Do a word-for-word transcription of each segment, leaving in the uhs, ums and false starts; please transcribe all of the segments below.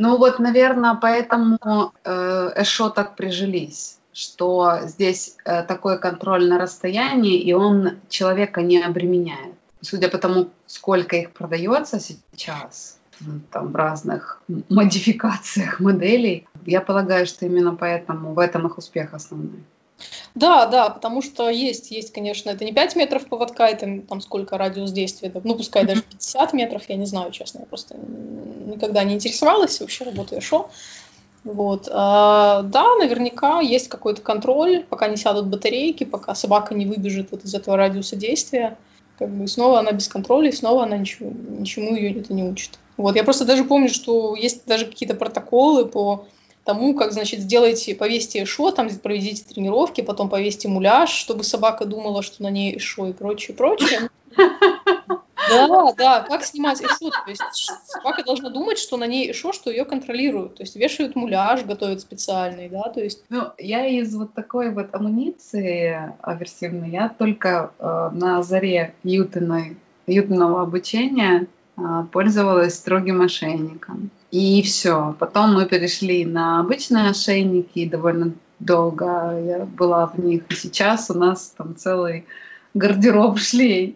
Ну вот, наверное, поэтому э, Эшо так прижились, что здесь э, такой контроль на расстоянии, и он человека не обременяет. Судя по тому, сколько их продается сейчас, там, в разных модификациях моделей, я полагаю, что именно поэтому в этом их успех основной. Да, да, потому что есть, есть, конечно, это не пять метров поводка, это там сколько радиус действия, ну, пускай даже пятьдесят метров, я не знаю, честно, я просто никогда не интересовалась, вообще работаю Эшо. Вот. А, да, наверняка есть какой-то контроль, пока не сядут батарейки, пока собака не выбежит вот из этого радиуса действия, как бы снова она без контроля, и снова она ничего, ничему ее это не учит. Вот. Я просто даже помню, что есть даже какие-то протоколы по тому, как, значит, сделайте, повесьте Эшо, там проведите тренировки, потом повесьте муляж, чтобы собака думала, что на ней Эшо и прочее, прочее. Да, да, как снимать Эшо, то есть собака должна думать, что на ней Эшо, что ее контролируют, то есть вешают муляж, готовят специальный, да, то есть... Ну, я из вот такой вот амуниции аверсивной, я только э, на заре ютиной, ютиного обучения э, пользовалась строгим ошейником. И все. Потом мы перешли на обычные ошейники, и довольно долго я была в них. И сейчас у нас там целый гардероб шлей.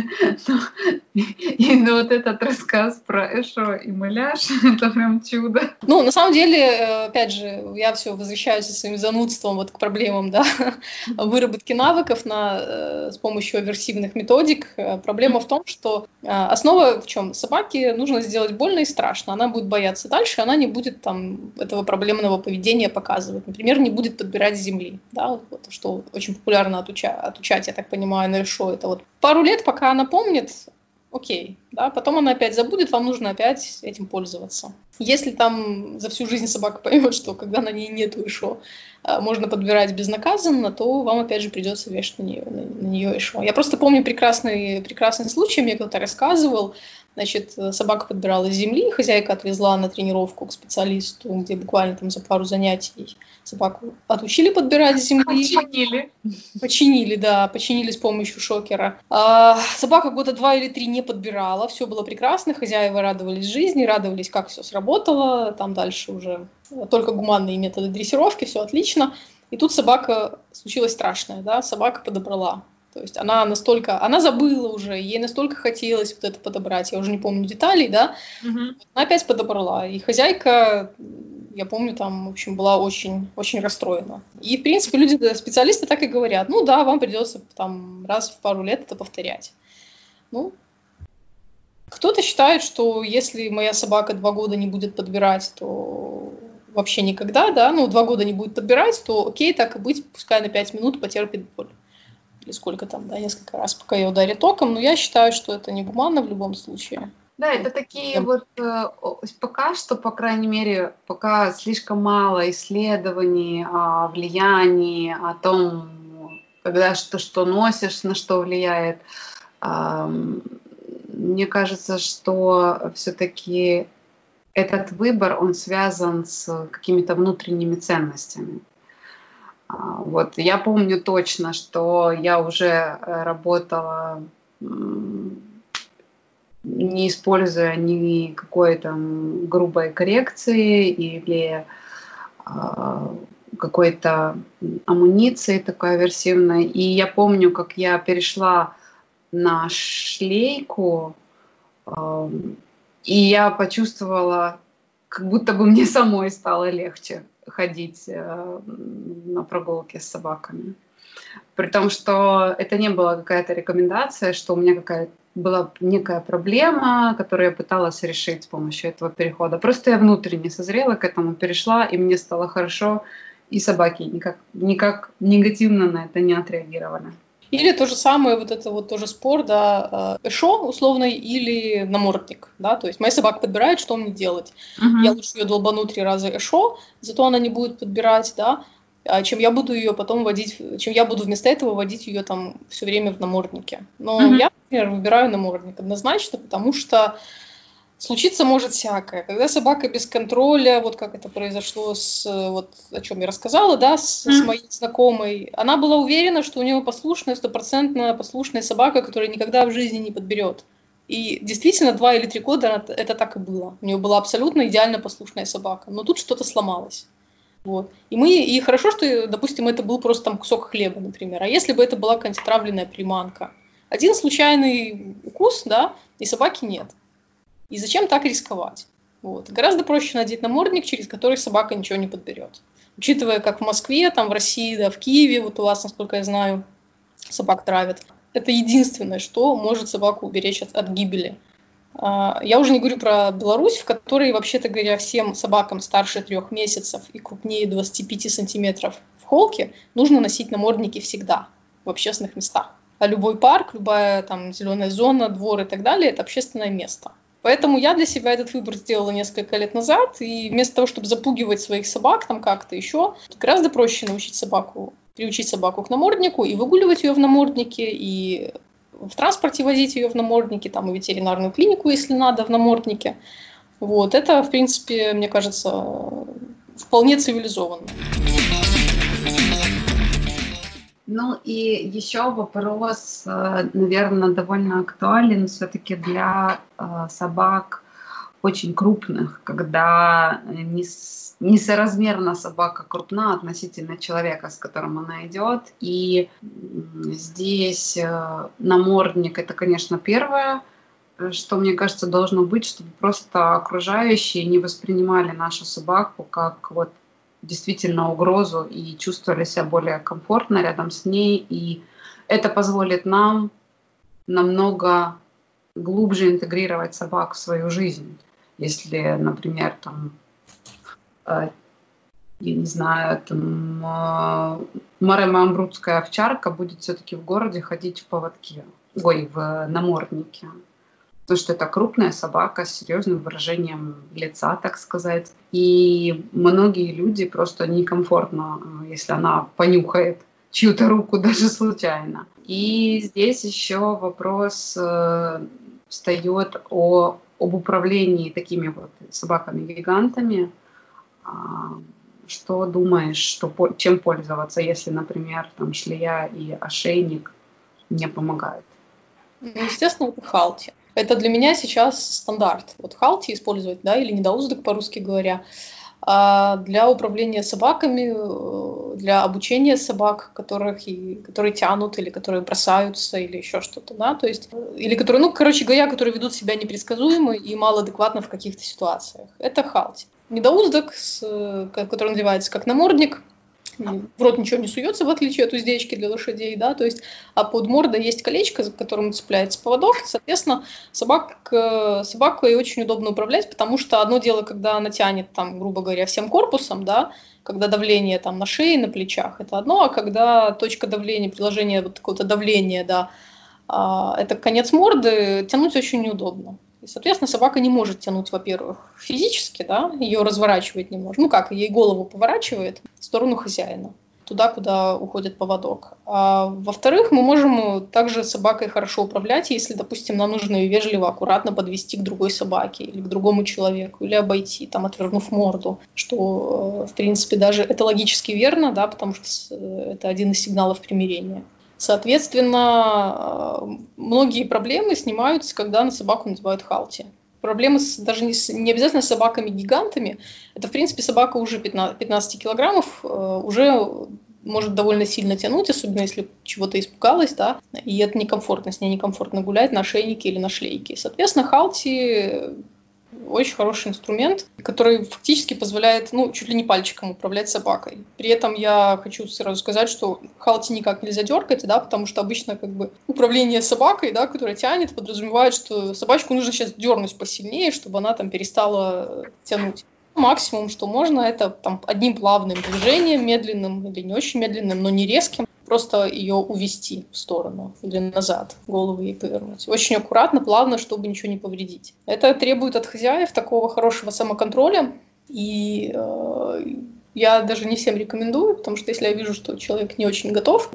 И вот этот рассказ про Эшо и муляж — это прям чудо. Ну, на самом деле, опять же, я все возвращаюсь со своим занудством вот к проблемам, да, выработки навыков на, с помощью аверсивных методик. Проблема в том, что основа в чем? Собаке нужно сделать больно и страшно. Она будет бояться дальше, она не будет там этого проблемного поведения показывать. Например, не будет подбирать с земли, да, вот, что очень популярно отучать, отучать, я так понимаю, на Эшо. Это вот пару лет, пока она помнит, окей, да, потом она опять забудет, вам нужно опять этим пользоваться. Если там за всю жизнь собака поймет, что когда на ней нет Эшо, можно подбирать безнаказанно, то вам опять же придется вешать на нее, на, на нее Эшо. Я просто помню прекрасный, прекрасный случай, мне кто-то рассказывал. Значит, собака подбирала с земли, хозяйка отвезла на тренировку к специалисту, где буквально там за пару занятий собаку отучили подбирать с земли. Починили. Починили, да, починили с помощью шокера. А, собака года два или три не подбирала, все было прекрасно, хозяева радовались жизни, радовались, как все сработало, там дальше уже только гуманные методы дрессировки, все отлично. И тут собака, случилось страшное, да, собака подобрала. То есть она настолько, она забыла уже, ей настолько хотелось вот это подобрать, я уже не помню деталей, да, mm-hmm. Она опять подобрала, и хозяйка, я помню, там, в общем, была очень, очень расстроена. И, в принципе, люди, специалисты так и говорят, ну да, вам придется там раз в пару лет это повторять. Ну, кто-то считает, что если моя собака два года не будет подбирать, то вообще никогда, да, ну, два года не будет подбирать, то окей, так и быть, пускай на пять минут потерпит боль. Или сколько там, да, несколько раз, пока ее ударит током, но я считаю, что это негуманно в любом случае. Да, это такие вот, пока что, по крайней мере, пока слишком мало исследований о влиянии, о том, когда что, что носишь, на что влияет. Мне кажется, что все-таки этот выбор, он связан с какими-то внутренними ценностями. Вот. Я помню точно, что я уже работала, не используя никакой там грубой коррекции или какой-то амуниции такой аверсивной. И я помню, как я перешла на шлейку, и я почувствовала, как будто бы мне самой стало легче ходить на прогулки с собаками. При том, что это не была какая-то рекомендация, что у меня какая-то была некая проблема, которую я пыталась решить с помощью этого перехода. Просто я внутренне созрела к этому, перешла, и мне стало хорошо, и собаки никак, никак негативно на это не отреагировали. Или то же самое, вот это вот тоже спор, да, Эшо условный или намордник, да, то есть моя собака подбирает, что мне делать. Uh-huh. Я лучше ее долбану три раза Эшо, зато она не будет подбирать, да, чем я буду ее потом водить, чем я буду вместо этого водить ее там все время в наморднике. Но uh-huh. я, например, выбираю намордник однозначно, потому что случиться может всякое. Когда собака без контроля, вот как это произошло с, вот о чем я рассказала, да, с, mm. с моей знакомой, она была уверена, что у нее послушная, стопроцентно послушная собака, которая никогда в жизни не подберет. И действительно, два или три года это так и было. У нее была абсолютно идеально послушная собака. Но тут что-то сломалось. Вот. И, мы, и хорошо, что, допустим, это был просто там кусок хлеба, например. А если бы это была какая-нибудь отравленная приманка? Один случайный укус, да, и собаки нет. И зачем так рисковать? Вот. Гораздо проще надеть намордник, через который собака ничего не подберет. Учитывая, как в Москве, там в России, да, в Киеве, вот у вас, насколько я знаю, собак травят. Это единственное, что может собаку уберечь от, от гибели. Я уже не говорю про Беларусь, в которой, вообще-то говоря, всем собакам старше трех месяцев и крупнее двадцати пяти сантиметров в холке нужно носить намордники всегда в общественных местах. А любой парк, любая там зеленая зона, двор и так далее – это общественное место. Поэтому я для себя этот выбор сделала несколько лет назад, и вместо того, чтобы запугивать своих собак там как-то еще, гораздо проще научить собаку, приучить собаку к наморднику и выгуливать ее в наморднике, и в транспорте возить ее в наморднике, там, и в ветеринарную клинику, если надо, в наморднике. Вот. Это, в принципе, мне кажется, вполне цивилизованно. Ну и еще вопрос, наверное, довольно актуален все-таки для собак очень крупных, когда несоразмерно собака крупна относительно человека, с которым она идет. И здесь намордник – это, конечно, первое, что, мне кажется, должно быть, чтобы просто окружающие не воспринимали нашу собаку как вот действительно угрозу и чувствовали себя более комфортно рядом с ней. И это позволит нам намного глубже интегрировать собак в свою жизнь. Если, например, там, э, я не знаю, там, э, маре-мамбрутская овчарка будет все-таки в городе ходить в поводке, ой, в наморднике. Потому что это крупная собака с серьезным выражением лица, так сказать. И многие люди просто некомфортно, если она понюхает чью-то руку даже случайно. И здесь еще вопрос э, встает о, об управлении такими вот собаками-гигантами. А, что думаешь, что, чем пользоваться, если, например, там шлея и ошейник не помогают? Ну, естественно, это халти. Это для меня сейчас стандарт. Вот халти использовать, да, или недоуздок, по-русски говоря, а для управления собаками, для обучения собак, которых и, которые тянут, или которые бросаются, или еще что-то, да, то есть, или которые, ну, короче говоря, которые ведут себя непредсказуемо и малоадекватно в каких-то ситуациях. Это халти. Недоуздок, который называется как намордник, в рот ничего не суется, в отличие от уздечки для лошадей, да, то есть, а под мордой есть колечко, за которым цепляется поводок, соответственно, собак, собакой очень удобно управлять, потому что одно дело, когда она тянет, там, грубо говоря, всем корпусом, да, когда давление там на шее, на плечах, это одно, а когда точка давления, приложение вот такого-то давления, да, это конец морды, тянуть очень неудобно. И, соответственно, собака не может тянуть, во-первых, физически, да, ее разворачивать не может. Ну как, ей голову поворачивает в сторону хозяина, туда, куда уходит поводок. А во-вторых, мы можем также собакой хорошо управлять, если, допустим, нам нужно ее вежливо, аккуратно подвести к другой собаке или к другому человеку, или обойти, там, отвернув морду, что, в принципе, даже это логически верно, да, потому что это один из сигналов примирения. Соответственно, многие проблемы снимаются, когда на собаку надевают халти. Проблемы с, даже не, с, не обязательно с собаками-гигантами. Это, в принципе, собака уже пятнадцать килограммов, уже может довольно сильно тянуть, особенно если чего-то испугалась, да, и это некомфортно, с ней некомфортно гулять на ошейнике или на шлейке. Соответственно, халти очень хороший инструмент, который фактически позволяет, ну, чуть ли не пальчиком управлять собакой. При этом я хочу сразу сказать, что халти никак нельзя дергать, да, потому что обычно как бы управление собакой, да, которая тянет, подразумевает, что собачку нужно сейчас дернуть посильнее, чтобы она там перестала тянуть. Максимум, что можно, это там одним плавным движением, медленным или не очень медленным, но не резким, просто ее увести в сторону или назад, голову ей повернуть. Очень аккуратно, плавно, чтобы ничего не повредить. Это требует от хозяев такого хорошего самоконтроля, и э, я даже не всем рекомендую, потому что если я вижу, что человек не очень готов,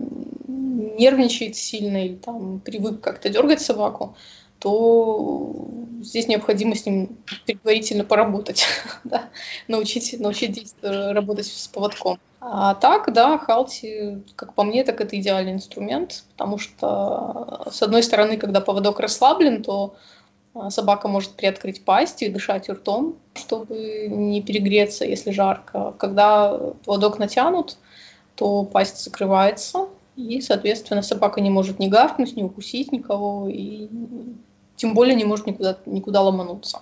нервничает сильно или там привык как-то дергать собаку, то здесь необходимо с ним предварительно поработать, да, научить, научить работать с поводком. А так, да, Халти, как по мне, так это идеальный инструмент, потому что, с одной стороны, когда поводок расслаблен, то собака может приоткрыть пасть и дышать ртом, чтобы не перегреться, если жарко. Когда поводок натянут, то пасть закрывается, и, соответственно, собака не может ни гавкнуть, ни укусить никого, и тем более не может никуда, никуда ломануться.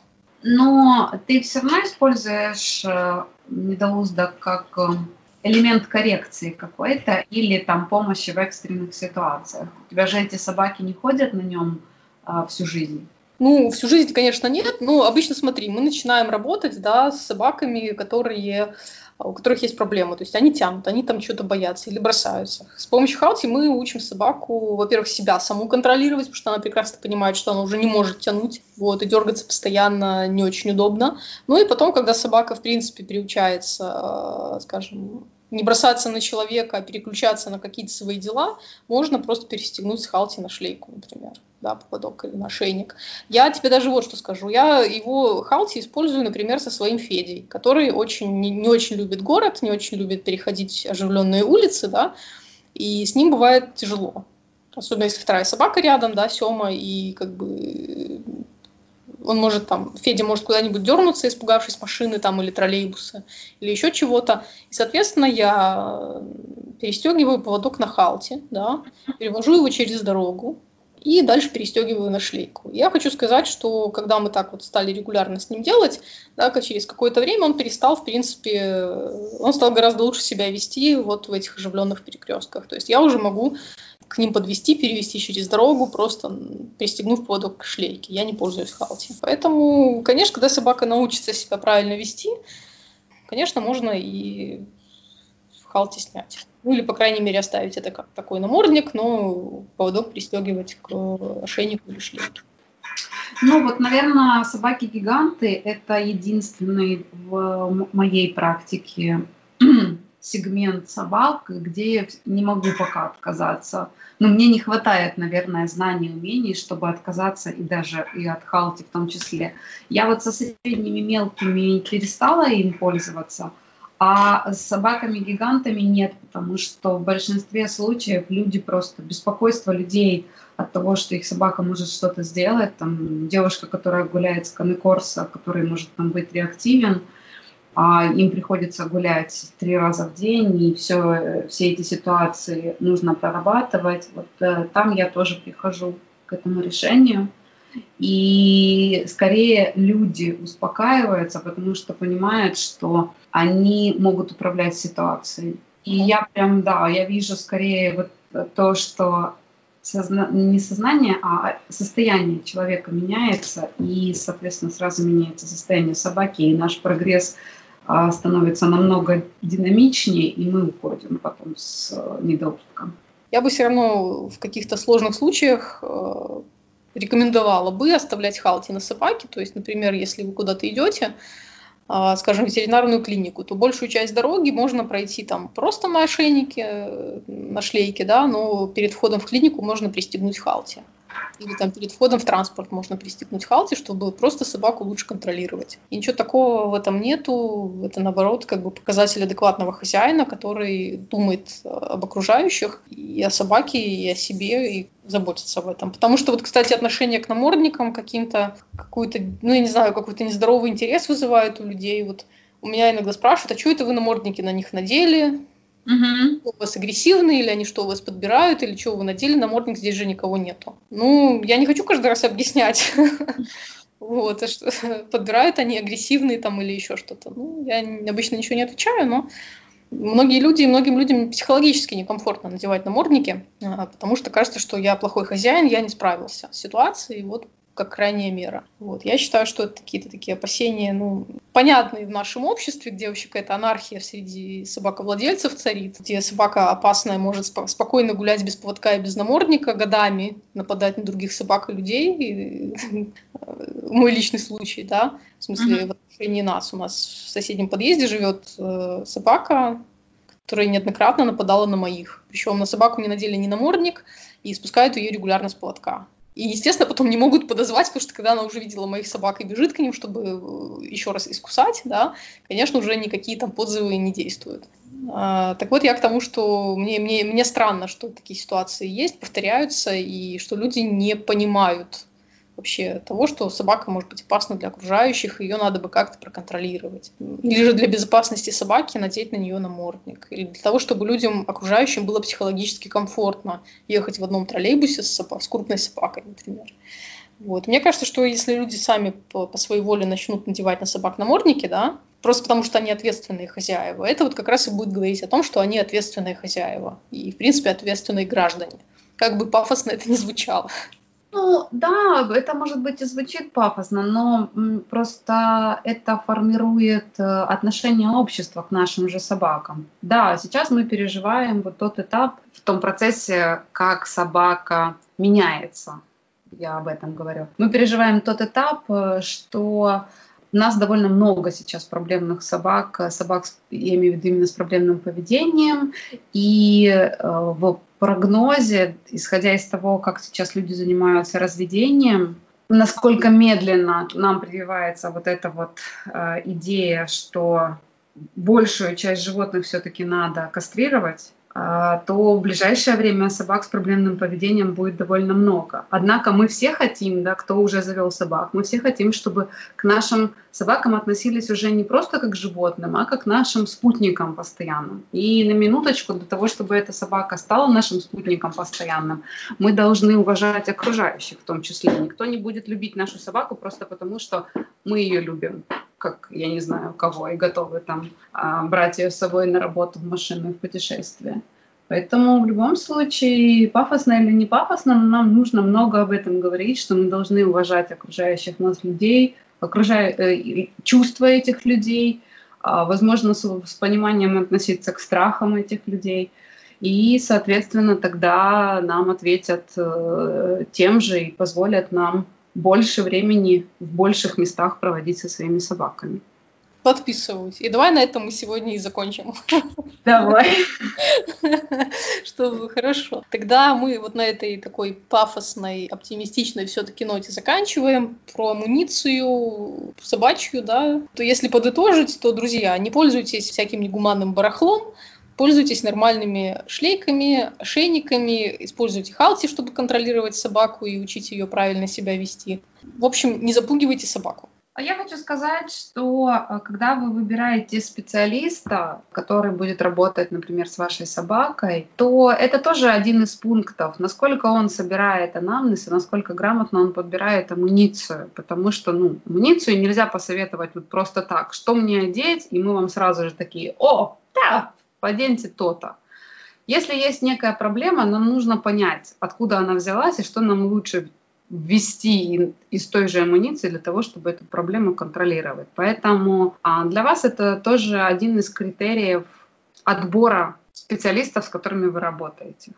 Но ты все равно используешь недоуздок как элемент коррекции какой-то или там помощи в экстренных ситуациях? У тебя же эти собаки не ходят на нем а, всю жизнь? Ну, всю жизнь, конечно, нет. Но обычно, смотри, мы начинаем работать, да, с собаками, которые, у которых есть проблемы. То есть они тянут, они там что-то боятся или бросаются. С помощью Халти мы учим собаку, во-первых, себя саму контролировать, потому что она прекрасно понимает, что она уже не может тянуть, вот, и дергаться постоянно не очень удобно. Ну и потом, когда собака, в принципе, приучается, скажем, не бросаться на человека, а переключаться на какие-то свои дела, можно просто перестегнуть с Халти на шлейку, например, да, поводок или на ошейник. Я тебе даже вот что скажу. Я его Халти использую, например, со своим Федей, который очень, не, не очень любит город, не очень любит переходить оживленные улицы, да, и с ним бывает тяжело. Особенно если вторая собака рядом, да, Сёма, и как бы он может там, Федя может куда-нибудь дернуться, испугавшись машины там или троллейбуса, или еще чего-то. И, соответственно, я перестегиваю поводок на Халти, да, перевожу его через дорогу и дальше перестегиваю на шлейку. Я хочу сказать, что когда мы так вот стали регулярно с ним делать, да, через какое-то время он перестал, в принципе, он стал гораздо лучше себя вести вот в этих оживленных перекрестках. То есть я уже могу к ним подвести, перевести через дорогу, просто пристегнув поводок к шлейке. Я не пользуюсь Халти. Поэтому, конечно, когда собака научится себя правильно вести, конечно, можно и Халти снять. Ну или, по крайней мере, оставить это как такой намордник, но поводок пристегивать к ошейнику или шлейке. Ну вот, наверное, собаки-гиганты – это единственный в моей практике сегмент собак, где я не могу пока отказаться. Но мне не хватает, наверное, знаний, умений, чтобы отказаться и даже и от Халти в том числе. Я вот со средними мелкими перестала им пользоваться, а с собаками-гигантами нет, потому что в большинстве случаев люди просто, беспокойство людей от того, что их собака может что-то сделать, там девушка, которая гуляет с Cane-Corso, который может там быть реактивен, а им приходится гулять три раза в день, и все, все эти ситуации нужно прорабатывать. Вот э, там я тоже прихожу к этому решению. И скорее люди успокаиваются, потому что понимают, что они могут управлять ситуацией. И я прям, да, я вижу скорее вот то, что созна... не сознание, а состояние человека меняется, и, соответственно, сразу меняется состояние собаки, и наш прогресс становится намного динамичнее, и мы уходим потом с недоуздком. Я бы все равно в каких-то сложных случаях рекомендовала бы оставлять Халти на собаке. То есть, например, если вы куда-то идете, скажем, в ветеринарную клинику, то большую часть дороги можно пройти там просто на ошейнике, на шлейке, да, но перед входом в клинику можно пристегнуть Халти. Или там перед входом в транспорт можно пристегнуть Халти, чтобы просто собаку лучше контролировать. И ничего такого в этом нету. Это, наоборот, как бы показатель адекватного хозяина, который думает об окружающих, и о собаке, и о себе, и заботится об этом. Потому что, вот, кстати, отношение к намордникам каким-то, какой-то, ну, я не знаю, какой-то нездоровый интерес вызывает у людей. Вот у меня иногда спрашивают, а что это вы намордники на них надели? Угу. У вас агрессивные, или они что, у вас подбирают, или что вы надели намордник, здесь же никого нету. Ну, я не хочу каждый раз объяснять, вот, что подбирают они агрессивные там или еще что-то. Ну, я обычно ничего не отвечаю, но многие люди, многим людям психологически некомфортно надевать намордники, потому что кажется, что я плохой хозяин, я не справился с ситуацией, вот как крайняя мера. Вот. Я считаю, что это какие-то такие опасения, ну, понятные в нашем обществе, где вообще какая-то анархия среди собаковладельцев царит, где собака опасная может сп- спокойно гулять без поводка и без намордника, годами нападать на других собак и людей. И, мой личный случай, да, в смысле, mm-hmm. в отношении нас. У нас в соседнем подъезде живет э, собака, которая неоднократно нападала на моих. Причем на собаку не надели ни намордник и спускают ее регулярно с поводка. И, естественно, потом не могут подозвать, потому что когда она уже видела моих собак и бежит к ним, чтобы еще раз искусать, да, конечно, уже никакие там подзывы не действуют. А, так вот, я к тому, что мне, мне, мне странно, что такие ситуации есть, повторяются, и что люди не понимают вообще того, что собака может быть опасна для окружающих, и ее надо бы как-то проконтролировать. Или же для безопасности собаки надеть на нее намордник. Или для того, чтобы людям, окружающим, было психологически комфортно ехать в одном троллейбусе с, собак, с крупной собакой, например. Вот. Мне кажется, что если люди сами по, по своей воле начнут надевать на собак намордники, да, просто потому что они ответственные хозяева, это вот как раз и будет говорить о том, что они ответственные хозяева и, в принципе, ответственные граждане. Как бы пафосно это ни звучало. Ну да, это может быть и звучит пафосно, но просто это формирует отношение общества к нашим же собакам. Да, сейчас мы переживаем вот тот этап в том процессе, как собака меняется. Я об этом говорю. Мы переживаем тот этап, что у нас довольно много сейчас проблемных собак, собак, я имею в виду именно с проблемным поведением, и в прогнозе, исходя из того, как сейчас люди занимаются разведением, насколько медленно нам прививается вот эта вот э, идея, что большую часть животных все-таки надо кастрировать, э, то в ближайшее время собак с проблемным поведением будет довольно много. Однако мы все хотим, да, кто уже завел собак, мы все хотим, чтобы к нашим собакам относились уже не просто как к животным, а как к нашим спутникам постоянным. И на минуточку, для того, чтобы эта собака стала нашим спутником постоянным, мы должны уважать окружающих в том числе. Никто не будет любить нашу собаку просто потому, что мы ее любим, как, я не знаю, кого, и готовы там брать ее с собой на работу, в машину, в путешествие. Поэтому в любом случае, пафосно или не пафосно, нам нужно много об этом говорить, что мы должны уважать окружающих нас людей, окружая, чувства этих людей, возможно, с, с пониманием относиться к страхам этих людей. И, соответственно, тогда нам ответят тем же и позволят нам больше времени в больших местах проводить со своими собаками. Подписываюсь. И давай на этом мы сегодня и закончим. Давай. Что хорошо. Тогда мы вот на этой такой пафосной, оптимистичной все-таки ноте заканчиваем. Про амуницию собачью, да. То если подытожить, то, друзья, не пользуйтесь всяким негуманным барахлом, пользуйтесь нормальными шлейками, ошейниками, используйте халти, чтобы контролировать собаку и учить ее правильно себя вести. В общем, не запугивайте собаку. А я хочу сказать, что когда вы выбираете специалиста, который будет работать, например, с вашей собакой, то это тоже один из пунктов, насколько он собирает анамнез и насколько грамотно он подбирает амуницию. Потому что ну, амуницию нельзя посоветовать вот просто так, что мне одеть, и мы вам сразу же такие: о, да, оденьте то-то. Если есть некая проблема, нам нужно понять, откуда она взялась и что нам лучше ввести из той же амуниции для того, чтобы эту проблему контролировать. Поэтому для вас это тоже один из критериев отбора специалистов, с которыми вы работаете.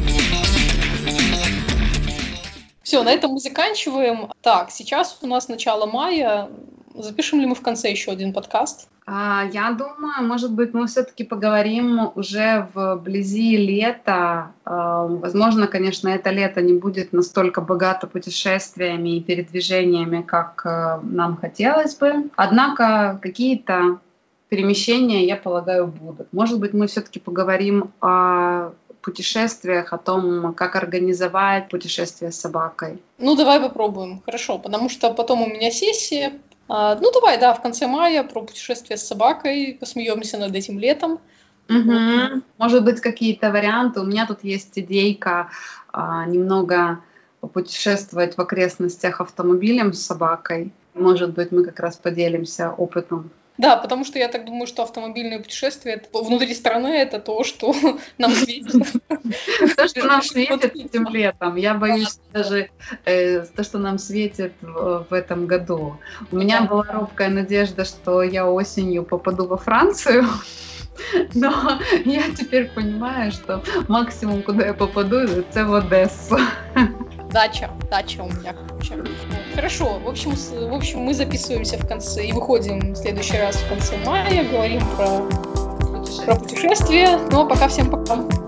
Все, на этом мы заканчиваем. Так, сейчас у нас начало мая. Запишем ли мы в конце еще один подкаст? Я думаю, может быть, мы все-таки поговорим уже вблизи лета. Возможно, конечно, это лето не будет настолько богато путешествиями и передвижениями, как нам хотелось бы. Однако какие-то перемещения, я полагаю, будут. Может быть, мы все-таки поговорим о путешествиях, о том, как организовать путешествие с собакой. Ну, давай попробуем. Хорошо, потому что потом у меня сессия. А, ну, давай, да, в конце мая про путешествие с собакой, посмеемся над этим летом. Угу. Может быть, какие-то варианты. У меня тут есть идейка а, немного попутешествовать в окрестностях автомобилем с собакой. Может быть, мы как раз поделимся опытом. Да, потому что я так думаю, что автомобильное путешествие внутри страны — это то, что нам светит. То, что нам светит этим летом. Я боюсь даже то, что нам светит в этом году. У меня была робкая надежда, что я осенью попаду во Францию. Но я теперь понимаю, что максимум, куда я попаду, это в Одессу. Дача, дача у меня, короче. Хорошо, в общем, в общем, мы записываемся в конце и выходим в следующий раз в конце мая, говорим про, про путешествие. Ну а пока всем пока.